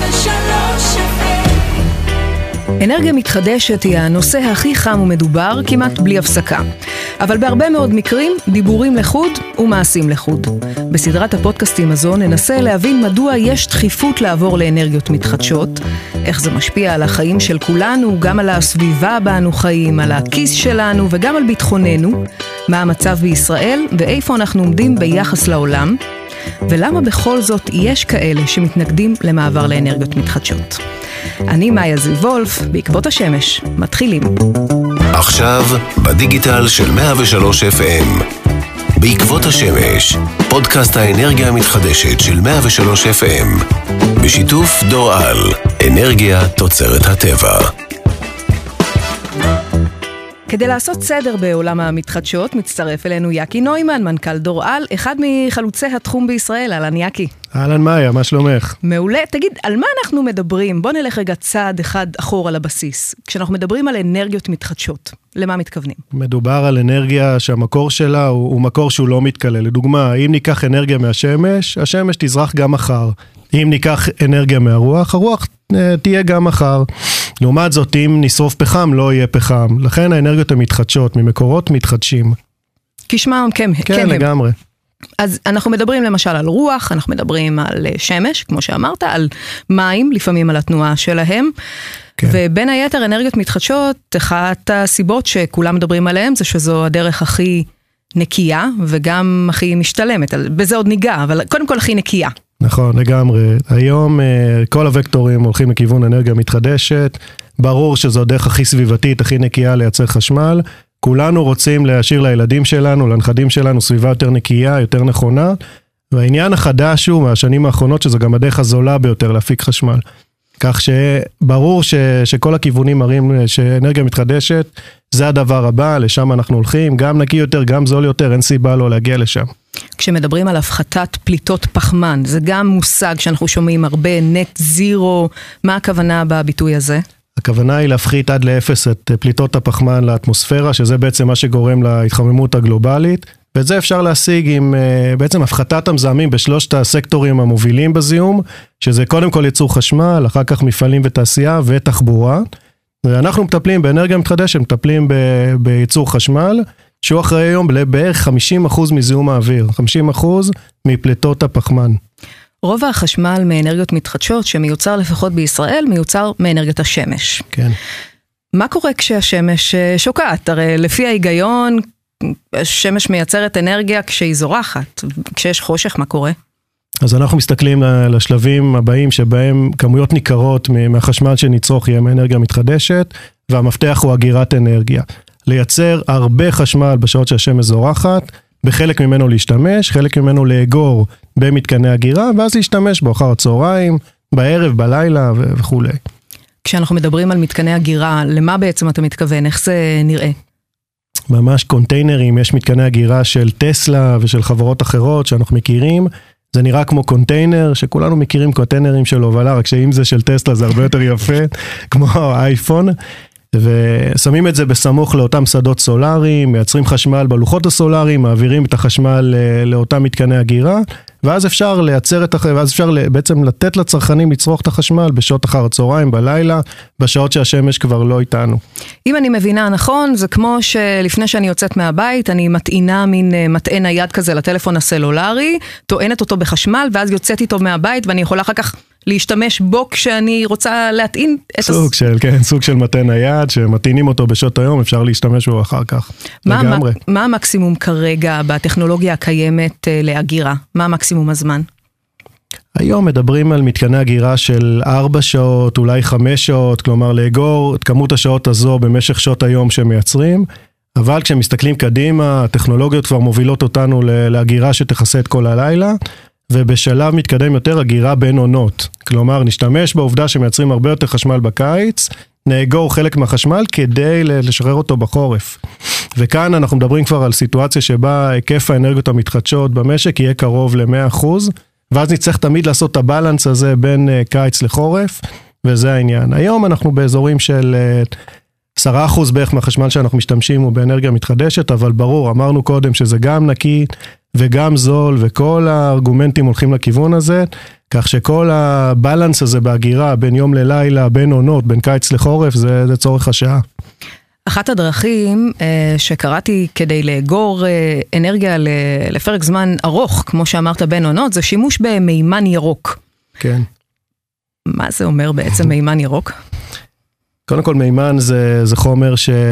אנרגיה מתחדשת היא הנושא הכי חם ומדובר כמעט בלי הפסקה. אבל בהרבה מאוד מקרים דיבורים לחוד ומעשים לחוד. בסדרת הפודקאסטים הזו ננסה להבין מדוע יש דחיפות לעבור לאנרגיות מתחדשות, איך זה משפיע על החיים של כולנו, גם על הסביבה בה אנו חיים, על הכיס שלנו וגם על ביטחוננו, מה המצב בישראל ואיפה אנחנו עומדים ביחס לעולם, ולמה בכל זאת יש כאלה שמתנגדים למעבר לאנרגיות מתחדשות. אני מאיה זיו וולף, בעקבות השמש, מתחילים. עכשיו בדיגיטל של 103 FM. בעקבות השמש, פודקאסט האנרגיה המתחדשת של 103 FM. בשיתוף דור-על, אנרגיה תוצרת הטבע. כדי לעשות סדר בעולם המתחדשות, מצטרף אלינו יקי נוימן, מנכ"ל דור-על, אחד מחלוצי התחום בישראל. אהלן יקי. אהלן מאיה, מה שלומך? מעולה. תגיד, על מה אנחנו מדברים? בוא נלך רגע צעד אחד אחורה לבסיס. כשאנחנו מדברים על אנרגיות מתחדשות, למה מתכוונים? מדובר על אנרגיה שהמקור שלה הוא מקור שהוא לא מתכלה. לדוגמה, אם ניקח אנרגיה מהשמש, השמש תזרח גם מחר. אם ניקח אנרגיה מהרוח, הרוח תהיה גם מחר. לעומת זאת, אם נשרוף פחם, לא יהיה פחם. לכן האנרגיות המתחדשות ממקורות מתחדשים. כשמם, כן. כן, לגמרי. אז אנחנו מדברים למשל על רוח, אנחנו מדברים על שמש, כמו שאמרת, על מים, לפעמים על התנועה שלהם. כן. ובין היתר אנרגיות מתחדשות, אחת הסיבות שכולם מדברים עליהם, זה שזו הדרך הכי נקייה, וגם הכי משתלמת. בזה עוד ניגע, אבל קודם כל הכי נקייה. נכון, לגמרי. היום כל הוקטורים הולכים לכיוון אנרגיה מתחדשת. ברור שזו הדרך הכי סביבתית, הכי נקייה לייצר חשמל. כולנו רוצים להשאיר לילדים שלנו, לנכדים שלנו, סביבה יותר נקייה, יותר נכונה. והעניין החדש הוא מהשנים האחרונות שזו גם הדרך הזולה ביותר להפיק חשמל. כך שברור שכל הכיוונים מראים שאנרגיה מתחדשת, זה הדבר הבא, לשם אנחנו הולכים, גם נקי יותר, גם זול יותר, אין סיבה לא להגיע לשם. כשמדברים על הפחתת פליטות פחמן, זה גם מושג שאנחנו שומעים הרבה, נט זירו, מה הכוונה בביטוי הזה? הכוונה היא להפחית עד לאפס את פליטות הפחמן לאטמוספירה, שזה בעצם מה שגורם להתחממות הגלובלית, ואת זה אפשר להשיג עם בעצם הפחתת המזהמים בשלושת הסקטורים המובילים בזיהום, שזה קודם כל ייצור חשמל, אחר כך מפעלים ותעשייה ותחבורה. ואנחנו מטפלים באנרגיה מתחדשת, מטפלים בייצור חשמל, שהוא אחרי היום בערך 50% מזיהום האוויר, 50% מפליטות הפחמן. רוב החשמל מאנרגיות מתחדשות שמיוצר לפחות בישראל, מיוצר מאנרגיות השמש. כן. מה קורה כשהשמש שוקעת? הרי לפי ההיגיון, השמש מייצרת אנרגיה כשהיא זורחת. כשיש חושך, מה קורה? אז אנחנו מסתכלים לשלבים הבאים שבהם כמויות ניכרות מהחשמל שנצרוך יהיה מאנרגיה מתחדשת, והמפתח הוא אגירת אנרגיה. לייצר הרבה חשמל בשעות שהשמש זורחת, בחלק ממנו להשתמש, חלק ממנו לאגור במתקני אגירה, ואז להשתמש בו אחר הצהריים, בערב, בלילה וכו'. כשאנחנו מדברים על מתקני אגירה, למה בעצם אתה מתכוון? איך זה נראה? ממש קונטיינרים, יש מתקני אגירה של טסלה ושל חברות אחרות שאנחנו מכירים, זה נראה כמו קונטיינר, שכולנו מכירים קונטיינרים של הובלה, רק שאם זה של טסלה זה הרבה יותר יפה, כמו האייפון, ושמים את זה בסמוך לאותם שדות סולאריים, מייצרים חשמל בלוחות הסולאריים, מעבירים את החשמל לאותם מתקני אגירה, ואז אפשר לייצר ואז אפשר בעצם לתת לצרכנים לצרוך את החשמל בשעות אחר הצהריים, בלילה, בשעות שהשמש כבר לא איתנו. אם אני מבינה נכון, זה כמו שלפני שאני יוצאת מהבית, אני מטעינה מין מטען היד כזה לטלפון הסלולרי, טוענת אותו בחשמל, ואז יוצאת איתו מהבית, ואני יכולה אחר כך להשתמש בו כשאני רוצה להטעין את סוג של מטען היד, שמטעינים אותו בשעות היום, אפשר להשתמש בו אחר כך. מה המקסימום כרגע בטכנולוגיה הקיימת לאגירה? מה המקסימום הזמן? היום מדברים על מתקני אגירה של 4 שעות, אולי 5 שעות, כלומר לאגור את כמות השעות הזו במשך שעות היום שמייצרים, אבל כשמסתכלים קדימה, הטכנולוגיות כבר מובילות אותנו לאגירה שתכסה את כל הלילה, ובשלב מתקדם יותר אגירה בין עונות. כלומר, נשתמש בעובדה שמייצרים הרבה יותר חשמל בקיץ, נאגור חלק מהחשמל כדי לשחרר אותו בחורף. וכאן אנחנו מדברים כבר על סיטואציה שבה היקף האנרגיות המתחדשות במשק יהיה קרוב ל-100%, ואז נצטרך תמיד לעשות את הבלנס הזה בין קיץ לחורף, וזה העניין. היום אנחנו באזורים של 10% בערך מהחשמל שאנחנו משתמשים הוא באנרגיה מתחדשת, אבל ברור, אמרנו קודם שזה גם נקי וגם זול, וכל הארגומנטים הולכים לכיוון הזה, כך שכל הבלנס הזה בהגירה, בין יום ללילה, בין עונות, בין קיץ לחורף, זה צורך השעה. אחת הדרכים שקראתי כדי לאגור אנרגיה לפרק זמן ארוך, כמו שאמרת בין עונות, זה שימוש במימן ירוק. כן. מה זה אומר בעצם מימן ירוק? קודם כל מימן זה חומר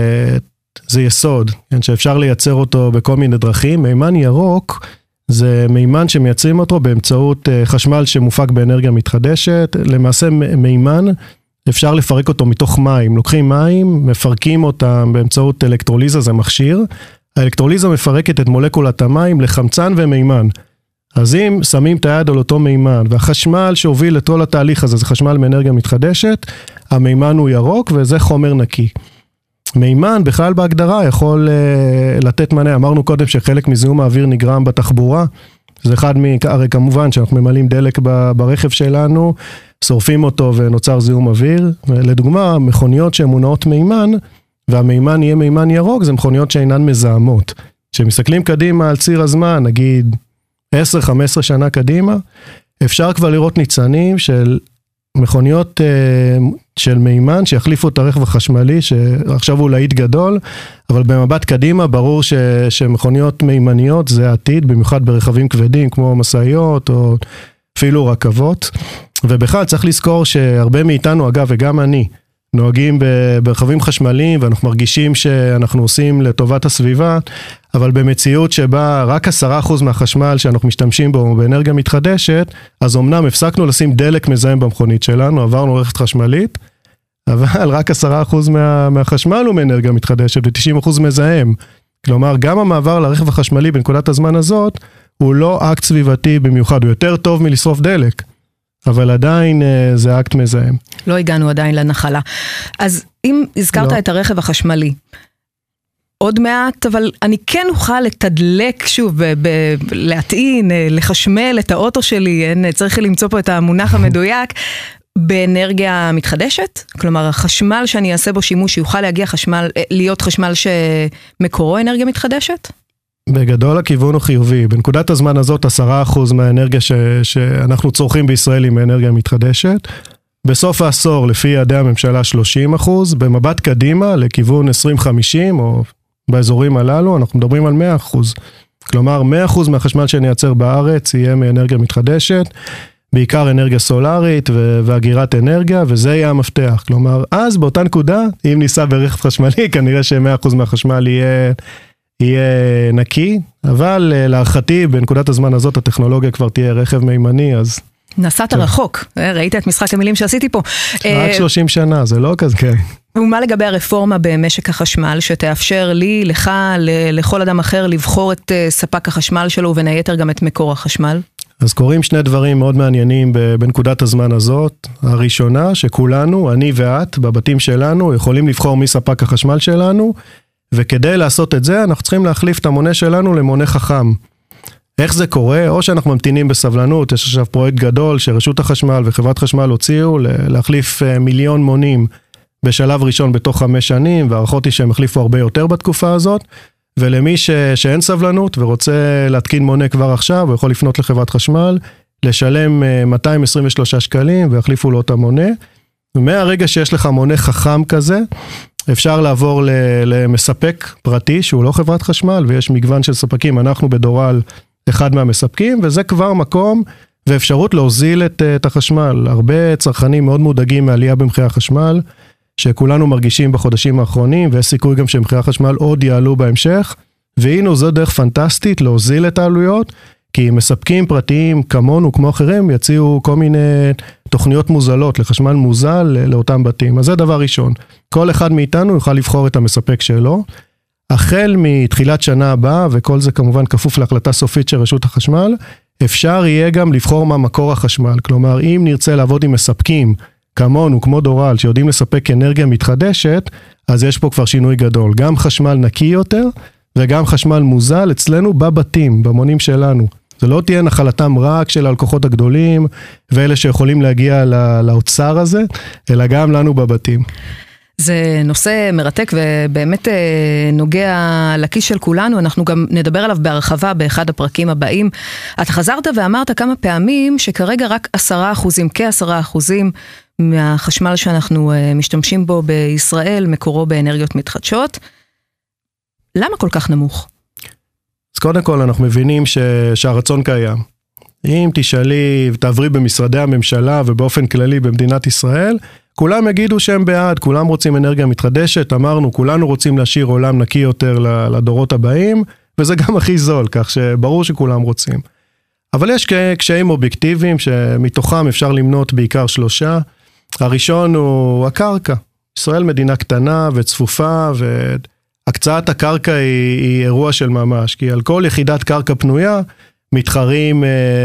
זה יסוד, שאפשר לייצר אותו בכל מיני דרכים. מימן ירוק זה מימן שמייצרים אותו באמצעות חשמל שמופק באנרגיה מתחדשת. למעשה מימן אפשר לפרק אותו מתוך מים. לוקחים מים, מפרקים אותם באמצעות אלקטרוליזה, זה מכשיר. האלקטרוליזה מפרקת את מולקולת המים לחמצן ומימן. אז אם שמים את היד על אותו מימן, והחשמל שהוביל את כל התהליך הזה, זה חשמל מאנרגיה מתחדשת, המימן הוא ירוק וזה חומר נקי. מימן בכלל בהגדרה יכול לתת מענה. אמרנו קודם שחלק מזיהום האוויר נגרם בתחבורה. זה אחד הרי כמובן שאנחנו ממלאים דלק ברכב שלנו, שורפים אותו ונוצר זיהום אוויר. לדוגמה, מכוניות שמונעות מימן, והמימן יהיה מימן ירוק, זה מכוניות שאינן מזהמות. כשמסתכלים קדימה על ציר הזמן, נגיד 10-15 שנה קדימה, אפשר כבר לראות ניצנים של מכוניות של מימן שיחליפו את הרכב החשמלי, שעכשיו הוא להיט גדול, אבל במבט קדימה ברור שמכוניות מימניות זה העתיד, במיוחד ברכבים כבדים כמו מסעיות או אפילו רכבות. ובכלל צריך לזכור שהרבה מאיתנו, אגב וגם אני, נוהגים ברכבים חשמליים ואנחנו מרגישים שאנחנו עושים לטובת הסביבה, אבל במציאות שבה רק 10% מהחשמל שאנחנו משתמשים בו באנרגיה מתחדשת, אז אמנם הפסקנו לשים דלק מזהם במכונית שלנו, עברנו רכבת חשמלית, אבל רק 10% מהחשמל הוא מאנרגיה מתחדשת ו-90% מזהם. כלומר, גם המעבר לרכב החשמלי בנקודת הזמן הזאת, הוא לא אקט סביבתי במיוחד, הוא יותר טוב מלשרוף דלק. אבל עדיין זה אקט מזהם. לא הגענו עדיין לנחלה. אז אם הזכרת את הרכב החשמלי, עוד מעט, אבל אני כן אוכל לתדלק שוב, להטעין, לחשמל את האוטו שלי, צריך למצוא פה את המונח המדויק, באנרגיה מתחדשת? כלומר, החשמל שאני אעשה בו שימוש, יוכל להיות חשמל שמקורו אנרגיה מתחדשת? בגדול הכיוון הוא חיובי. בנקודת הזמן הזאת 10% מהאנרגיה שאנחנו צורכים בישראל היא מאנרגיה מתחדשת. בסוף העשור, לפי יעדי הממשלה 30%, במבט קדימה לכיוון 2050 או באזורים הללו, אנחנו מדברים על 100%. כלומר, 100% מהחשמל שנייצר בארץ יהיה מאנרגיה מתחדשת, בעיקר אנרגיה סולארית והגירת אנרגיה, וזה יהיה המפתח. כלומר, אז באותה נקודה, אם ניסע ברכב חשמלי, כנראה ש100% מהחשמל יהיה נקי, אבל להערכתי, בנקודת הזמן הזאת, הטכנולוגיה כבר תהיה רכב מימני, אז... נסעת רחוק, ראית את משחק המילים שעשיתי פה. רק 30 שנה, זה לא כזה, כן. ומה לגבי הרפורמה במשק החשמל, שתאפשר לי, לך, לכל אדם אחר, לבחור את ספק החשמל שלו, ובין היתר גם את מקור החשמל? אז קוראים שני דברים מאוד מעניינים בנקודת הזמן הזאת. הראשונה, שכולנו, אני ואת, בבתים שלנו, יכולים לבחור מי ספק החשמל שלנו, וכדי לעשות את זה, אנחנו צריכים להחליף את המונה שלנו למונה חכם. איך זה קורה? או שאנחנו ממתינים בסבלנות, יש עכשיו פרויקט גדול שרשות החשמל וחברת חשמל הוציאו להחליף 1,000,000 מונים בשלב ראשון בתוך 5 שנים, והערכות היא שהם החליפו הרבה יותר בתקופה הזאת, ולמי שאין סבלנות ורוצה להתקין מונה כבר עכשיו, הוא יכול לפנות לחברת חשמל, לשלם 223 שקלים והחליפו לו את המונה, ומהרגע שיש לך מונה חכם כזה, אפשר לעבור למספק פרטי שהוא לא חברת חשמל, ויש מגוון של ספקים, אנחנו בדורל אחד מהמספקים, וזה כבר מקום ואפשרות להוזיל את החשמל. הרבה צרכנים מאוד מודאגים מעלייה במחירי החשמל, שכולנו מרגישים בחודשים האחרונים, ויש סיכוי גם שמחירי החשמל עוד יעלו בהמשך, והנה זו דרך פנטסטית להוזיל את העלויות, כי מספקים פרטיים כמונו, כמו אחרים, יציעו כל מיני תוכניות מוזלות, לחשמל מוזל לאותם בתים. אז זה דבר ראשון. כל אחד מאיתנו יוכל לבחור את המספק שלו, החל מתחילת שנה הבאה, וכל זה כמובן כפוף להחלטה סופית של רשות החשמל, אפשר יהיה גם לבחור מה מקור החשמל. כלומר, אם נרצה לעבוד עם מספקים, כמונו, כמו דורל, שיודעים לספק אנרגיה מתחדשת, אז יש פה כבר שינוי גדול. גם חשמל נקי יותר, וגם חשמל מוזל אצלנו בבתים, במונים שלנו. זה לא תהיה נחלתם רק של הלקוחות הגדולים, ואלה שיכולים להגיע לאוצר הזה, אלא גם לנו בבתים. זה נושא מרתק ובאמת נוגע לכיס של כולנו, אנחנו גם נדבר עליו בהרחבה באחד הפרקים הבאים. אתה חזרת ואמרת כמה פעמים שכרגע רק 10%, כ10% מהחשמל שאנחנו משתמשים בו בישראל מקורו באנרגיות מתחדשות. למה כל כך נמוך? אז קודם כל אנחנו מבינים שהרצון קיים. אם תשאלי ותעברי במשרדי הממשלה ובאופן כללי במדינת ישראל, כולם יגידו שהם בעד, כולם רוצים אנרגיה מתחדשת, אמרנו, כולנו רוצים להשאיר עולם נקי יותר לדורות הבאים, וזה גם הכי זול, כך שברור שכולם רוצים. אבל יש קשיים אובייקטיביים שמתוכם אפשר למנות בעיקר 3. הראשון הוא הקרקע. ישראל מדינה קטנה וצפופה, והקצאת הקרקע היא אירוע של ממש, כי על כל יחידת קרקע פנויה מתחרים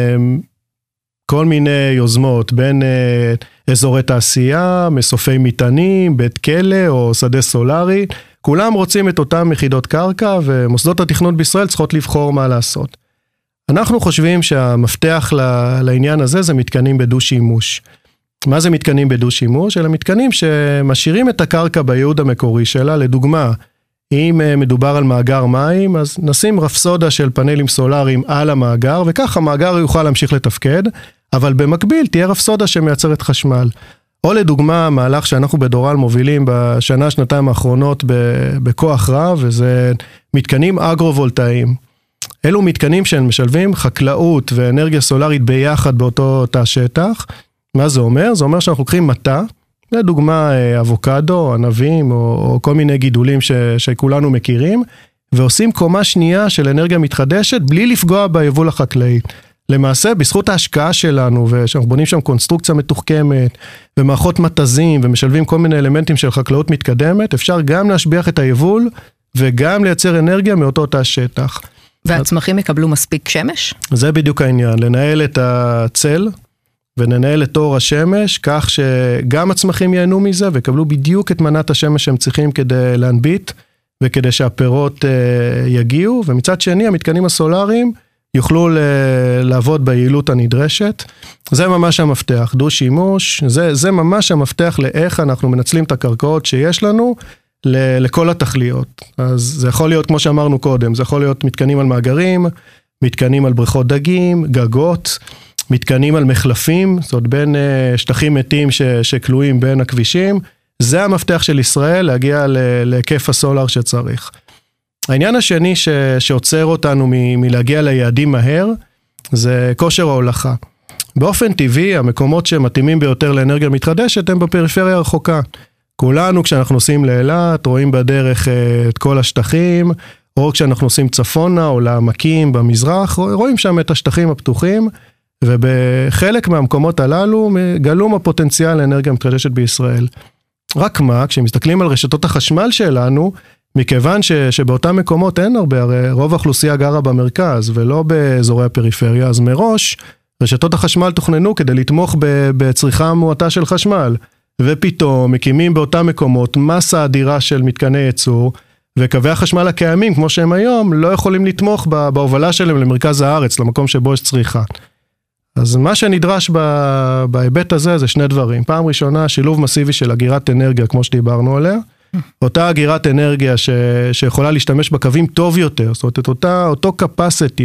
כל מיני יוזמות, בין אזורי תעשייה, מסופי מטענים, בית כלא או שדה סולרי, כולם רוצים את אותם יחידות קרקע, ומוסדות התכנון בישראל צריכות לבחור מה לעשות. אנחנו חושבים שהמפתח לעניין הזה זה מתקנים בדו-שימוש. מה זה מתקנים בדו-שימוש? אלה מתקנים שמשאירים את הקרקע בייעוד המקורי שלה, לדוגמה, אם מדובר על מאגר מים, אז נשים רפסודה של פאנלים סולריים על המאגר, וכך המאגר יוכל להמשיך לתפקד, אבל במקביל תהיה רפסודה שמייצרת חשמל. או לדוגמה, מהלך שאנחנו בדורל מובילים בשנה-שנתיים האחרונות בכוח רב, וזה מתקנים אגרו-וולטאיים. אלו מתקנים שהם משלבים חקלאות ואנרגיה סולרית ביחד באותו תא שטח. מה זה אומר? זה אומר שאנחנו לוקחים מטע, לדוגמה אבוקדו, ענבים או כל מיני גידולים שכולנו מכירים, ועושים קומה שנייה של אנרגיה מתחדשת בלי לפגוע ביבול החקלאי. למעשה, בזכות ההשקעה שלנו, ושאנחנו בונים שם קונסטרוקציה מתוחכמת, ומערכות מטזים, ומשלבים כל מיני אלמנטים של חקלאות מתקדמת, אפשר גם להשביח את היבול, וגם לייצר אנרגיה מאותו תא שטח. והצמחים יקבלו מספיק שמש? זה בדיוק העניין, לנהל את הצל, וננהל את אור השמש, כך שגם הצמחים ייהנו מזה, וקבלו בדיוק את מנת השמש שהם צריכים כדי להנביט, וכדי שהפירות יגיעו, ומצד שני, המתקנים הסולריים יוכלו לעבוד ביעילות הנדרשת. זה ממש המפתח, דו-שימוש, זה ממש המפתח לאיך אנחנו מנצלים את הקרקעות שיש לנו, לכל התכליות. אז זה יכול להיות, כמו שאמרנו קודם, זה יכול להיות מתקנים על מאגרים, מתקנים על בריכות דגים, גגות, מתקנים על מחלפים, זאת אומרת בין שטחים מתים שכלואים בין הכבישים, זה המפתח של ישראל להגיע להיקף הסולר שצריך. העניין השני שעוצר אותנו מלהגיע ליעדים מהר, זה כושר ההולכה. באופן טבעי, המקומות שמתאימים ביותר לאנרגיה מתחדשת הם בפריפריה הרחוקה. כולנו כשאנחנו נוסעים לאילת, רואים בדרך את כל השטחים, או כשאנחנו נוסעים צפונה או לעמקים במזרח, רואים שם את השטחים הפתוחים, ובחלק מהמקומות הללו גלום הפוטנציאל לאנרגיה מתחדשת בישראל. רק מה, כשמסתכלים על רשתות החשמל שלנו, מכיוון שבאותם מקומות אין הרבה, הרי רוב האוכלוסייה גרה במרכז ולא באזורי הפריפריה, אז מראש רשתות החשמל תוכננו כדי לתמוך בצריכה מועטה של חשמל, ופתאום מקימים באותם מקומות מסה אדירה של מתקני ייצור, וקווי החשמל הקיימים, כמו שהם היום, לא יכולים לתמוך בהובלה שלהם למרכז הארץ, למקום שבו יש צריכה. אז מה שנדרש בהיבט הזה זה שני דברים. פעם ראשונה, שילוב מסיבי של אגירת אנרגיה, כמו שדיברנו עליה. אותה אגירת אנרגיה שיכולה להשתמש בקווים טוב יותר, זאת אומרת, אותו capacity,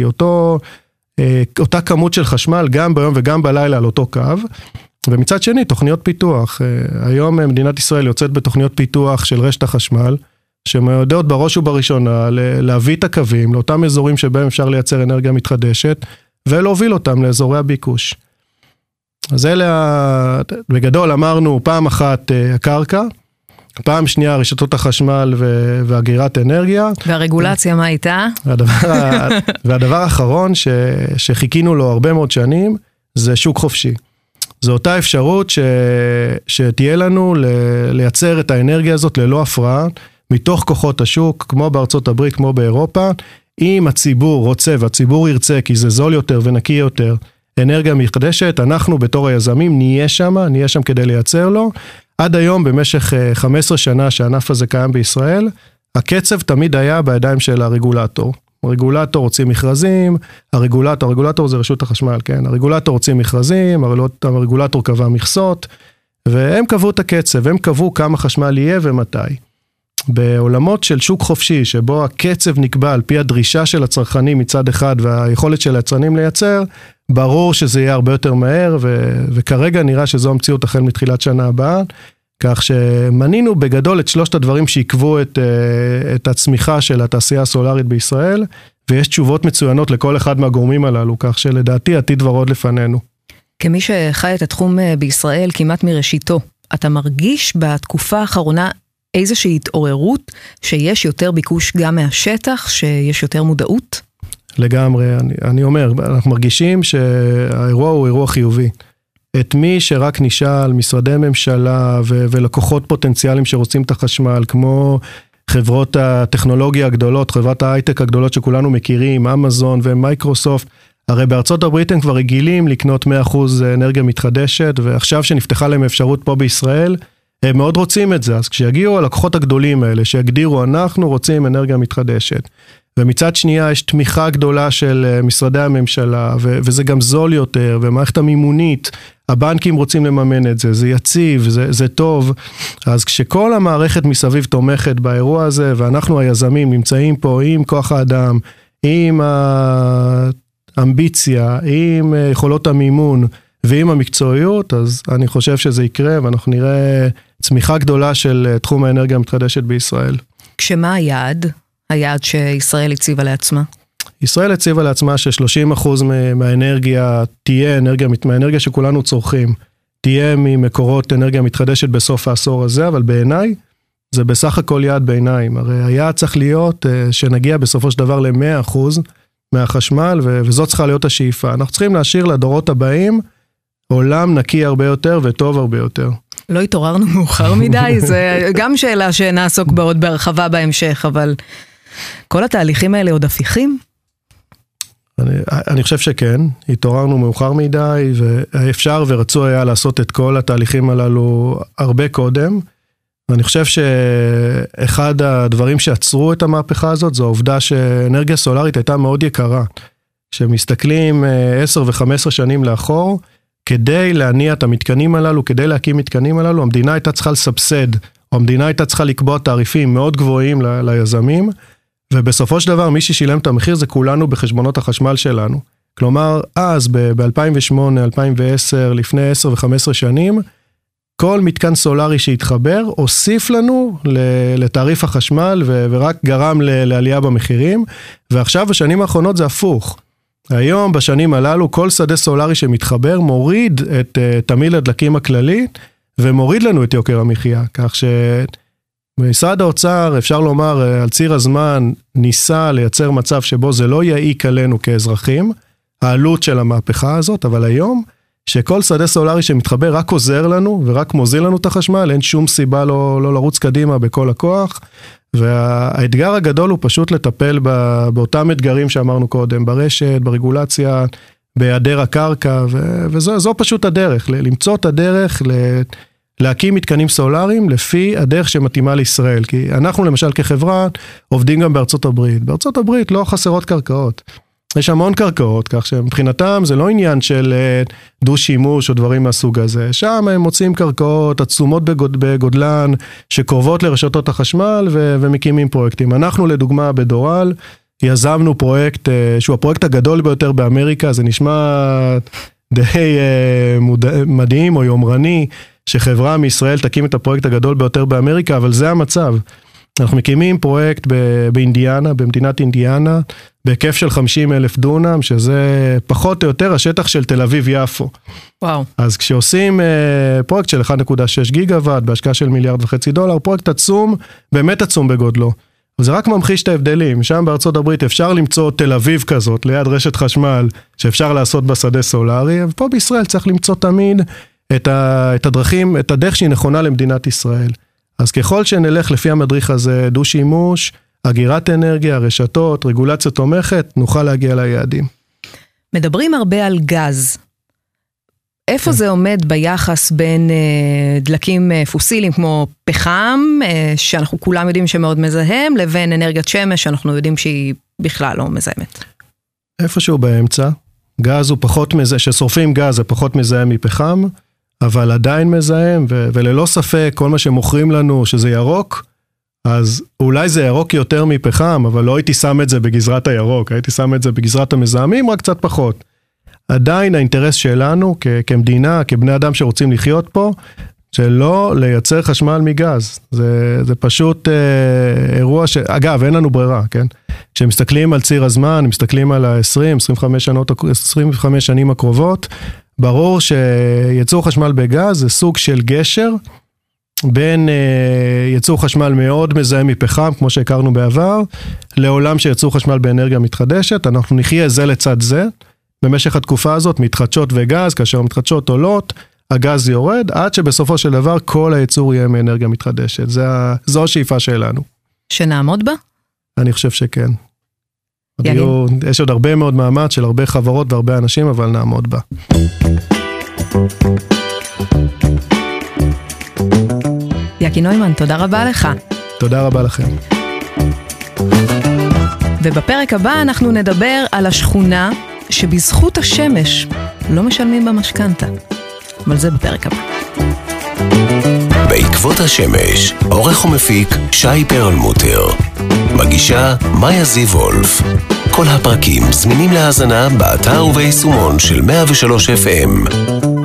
אותה כמות של חשמל, גם ביום וגם בלילה על אותו קו. ומצד שני, תוכניות פיתוח. היום מדינת ישראל יוצאת בתוכניות פיתוח של רשת החשמל, שמעודדות בראש ובראשונה להביא את הקווים לאותם אזורים שבהם אפשר לייצר אנרגיה מתחדשת, ולהוביל אותם לאזורי הביקוש. אז אלה, בגדול אמרנו, פעם אחת הקרקע, פעם שנייה רשתות החשמל ואגירת אנרגיה. והרגולציה מה הייתה? והדבר האחרון שחיכינו לו הרבה מאוד שנים, זה שוק חופשי. זו אותה אפשרות שתהיה לנו לייצר את האנרגיה הזאת ללא הפרעה, מתוך כוחות השוק, כמו בארצות הברית, כמו באירופה, אם הציבור רוצה והציבור ירצה, כי זה זול יותר ונקי יותר, אנרגיה מתחדשת, אנחנו בתור היזמים נהיה שם כדי לייצר לו. עד היום, במשך 15 שנה שהענף הזה קיים בישראל, הקצב תמיד היה בידיים של הרגולטור. הרגולטור רוצים מכרזים, הרגולטור זה רשות החשמל, כן? הרגולטור רוצים מכרזים, הרגולטור קבע מכסות, והם קבעו את הקצב, הם קבעו כמה חשמל יהיה ומתי. בעולמות של שוק חופשי, שבו הקצב נקבע על פי הדרישה של הצרכנים מצד אחד, והיכולת של היצרנים לייצר, ברור שזה יהיה הרבה יותר מהר, וכרגע נראה שזו המציאות החל מתחילת שנה הבאה, כך שמנינו בגדול את שלושת הדברים שיקבו את הצמיחה של התעשייה הסולרית בישראל, ויש תשובות מצוינות לכל אחד מהגורמים הללו, כך שלדעתי עתיד ורוד לפנינו. כמי שחי את התחום בישראל כמעט מראשיתו, אתה מרגיש בתקופה האחרונה איזושהי התעוררות שיש יותר ביקוש גם מהשטח, שיש יותר מודעות? לגמרי, אני אומר, אנחנו מרגישים שהאירוע הוא אירוע חיובי. את מי שרק נשאל, משרדי ממשלה ולקוחות פוטנציאליים שרוצים את החשמל, כמו חברות הטכנולוגיה הגדולות, חברת ההייטק הגדולות שכולנו מכירים, אמזון ומייקרוסופט, הרי בארצות הברית הם כבר רגילים לקנות 100% אנרגיה מתחדשת, ועכשיו שנפתחה להם אפשרות פה בישראל, הם מאוד רוצים את זה. אז כשיגיעו הלקוחות הגדולים האלה, שיגדירו אנחנו רוצים אנרגיה מתחדשת, ומצד שנייה יש תמיכה גדולה של משרדי הממשלה, וזה גם זול יותר, ומערכת המימונית, הבנקים רוצים לממן את זה, זה יציב, זה טוב, אז כשכל המערכת מסביב תומכת באירוע הזה, ואנחנו היזמים נמצאים פה עם כוח האדם, עם האמביציה, עם יכולות המימון, ועם המקצועיות, אז אני חושב שזה יקרה, ואנחנו נראה צמיחה גדולה של תחום האנרגיה המתחדשת בישראל. כשמה היעד? היעד שישראל הציבה לעצמה? ישראל הציבה לעצמה ש30% מהאנרגיה תהיה מהאנרגיה שכולנו צורכים, תהיה ממקורות אנרגיה מתחדשת בסוף העשור הזה, אבל בעיניי זה בסך הכל יעד ביניים. הרי היעד צריך להיות שנגיע בסופו של דבר ל100% מהחשמל, וזאת צריכה להיות השאיפה. אנחנו צריכים להשאיר לדורות הבאים עולם נקי הרבה יותר וטוב הרבה יותר. לא התעוררנו מאוחר מדי, זה גם שאלה שנעסוק בעוד בהרחבה בהמשך, אבל כל התהליכים האלה עוד הפיכים? אני חושב שכן, התעוררנו מאוחר מדי, ואפשר ורצו היה לעשות את כל התהליכים הללו הרבה קודם, ואני חושב שאחד הדברים שעצרו את המהפכה הזאת, זו העובדה שאנרגיה סולרית הייתה מאוד יקרה. כשמסתכלים 10 ו-15 שנים לאחור, כדי להניע את המתקנים הללו, כדי להקים מתקנים הללו, המדינה הייתה צריכה לסבסד, או המדינה הייתה צריכה לקבוע תעריפים מאוד גבוהים ליזמים, ובסופו של דבר מי ששילם את המחיר זה כולנו בחשבונות החשמל שלנו. כלומר, אז ב-2008, 2010, לפני 10 ו-15 שנים, כל מתקן סולרי שהתחבר, הוסיף לנו לתעריף החשמל, ורק גרם לעלייה במחירים, ועכשיו בשנים האחרונות זה הפוך. היום בשנים הללו כל שדה סולרי שמתחבר מוריד את תמהיל הדלקים הכללי, ומוריד לנו את יוקר המחיה, כך שמשרד האוצר אפשר לומר על ציר הזמן ניסה לייצר מצב שבו זה לא יעיק עלינו כאזרחים, העלות של המהפכה הזאת, אבל היום שכל שדה סולרי שמתחבר רק עוזר לנו ורק מוזיל לנו את החשמל, אין שום סיבה לא לרוץ קדימה בכל הכוח, והאתגר הגדול הוא פשוט לטפל באותם אתגרים שאמרנו קודם, ברשת, ברגולציה, בהיעדר הקרקע, וזו פשוט הדרך, למצוא את הדרך להקים מתקנים סולריים לפי הדרך שמתאימה לישראל, כי אנחנו למשל כחברה עובדים גם בארצות הברית, בארצות הברית לא חסרות קרקעות, יש המון קרקעות, כך שמבחינתם זה לא עניין של דו שימוש או דברים מהסוג הזה. שם הם מוצאים קרקעות עצומות בגודלן, שקרובות לרשתות החשמל ומקימים פרויקטים. אנחנו לדוגמה בדורל, יזמנו פרויקט שהוא הפרויקט הגדול ביותר באמריקה, זה נשמע די מדהים או יומרני, שחברה מישראל תקים את הפרויקט הגדול ביותר באמריקה, אבל זה המצב. אנחנו מקימים פרויקט באינדיאנה, במדינת אינדיאנה, בהיקף של 50,000 דונם, שזה פחות או יותר השטח של תל אביב יפו. וואו. אז כשעושים פרויקט של 1.6 גיגוואט, בהשקעה של $1.5 מיליארד, פרויקט עצום, באמת עצום בגודלו. וזה רק ממחיש את ההבדלים. שם בארצות הברית אפשר למצוא תל אביב כזאת, ליד רשת חשמל, שאפשר לעשות בשדה סולרי, ופה בישראל צריך למצוא תמיד את הדרכים, את הדרך שהיא נכונה למדינת ישראל. אז ככל שנלך לפי המדריך הזה, דו שימוש, אגירת אנרגיה, רשתות, רגולציה תומכת, נוכל להגיע ליעדים. מדברים הרבה על גז. איפה זה עומד ביחס בין דלקים פוסיליים כמו פחם, שאנחנו כולם יודעים שמאוד מזהם, לבין אנרגיית שמש, שאנחנו יודעים שהיא בכלל לא מזהמת? איפשהו באמצע. גז הוא פחות מזהם, ששורפים גז זה פחות מזהם מפחם, אבל עדיין מזהם, וללא ספק, כל מה שמוכרים לנו שזה ירוק, אז אולי זה ירוק יותר מפחם, אבל לא הייתי שם את זה בגזרת הירוק, הייתי שם את זה בגזרת המזהמים, רק קצת פחות. עדיין האינטרס שלנו, כמדינה, כבני אדם שרוצים לחיות פה, שלא לייצר חשמל מגז. זה פשוט אירוע אגב, אין לנו ברירה, כן? כשמסתכלים על ציר הזמן, מסתכלים על ה-25 שנים הקרובות, ברור שייצור חשמל בגז זה סוג של גשר, בין ייצור חשמל מאוד מזהם מפחם, כמו שהכרנו בעבר, לעולם שייצור חשמל באנרגיה מתחדשת. אנחנו נחיה זה לצד זה, במשך התקופה הזאת, מתחדשות וגז, כאשר מתחדשות עולות, הגז יורד, עד שבסופו של דבר כל הייצור יהיה מאנרגיה מתחדשת. זו השאיפה שלנו. שנעמוד בה? אני חושב שכן. יש עוד הרבה מאוד מאמץ של הרבה חברות והרבה אנשים, אבל נעמוד בה. יקי נוימן, תודה רבה לך. תודה רבה לכם. ובפרק הבא אנחנו נדבר על השכונה שבזכות השמש לא משלמים במשכנתה. אבל זה בפרק הבא. בעקבות השמש, עורך ומפיק שי פרלמוטר. מגישה מאיה זיו וולף. כל הפרקים זמינים להאזנה באתר וביישומון של 103 FM.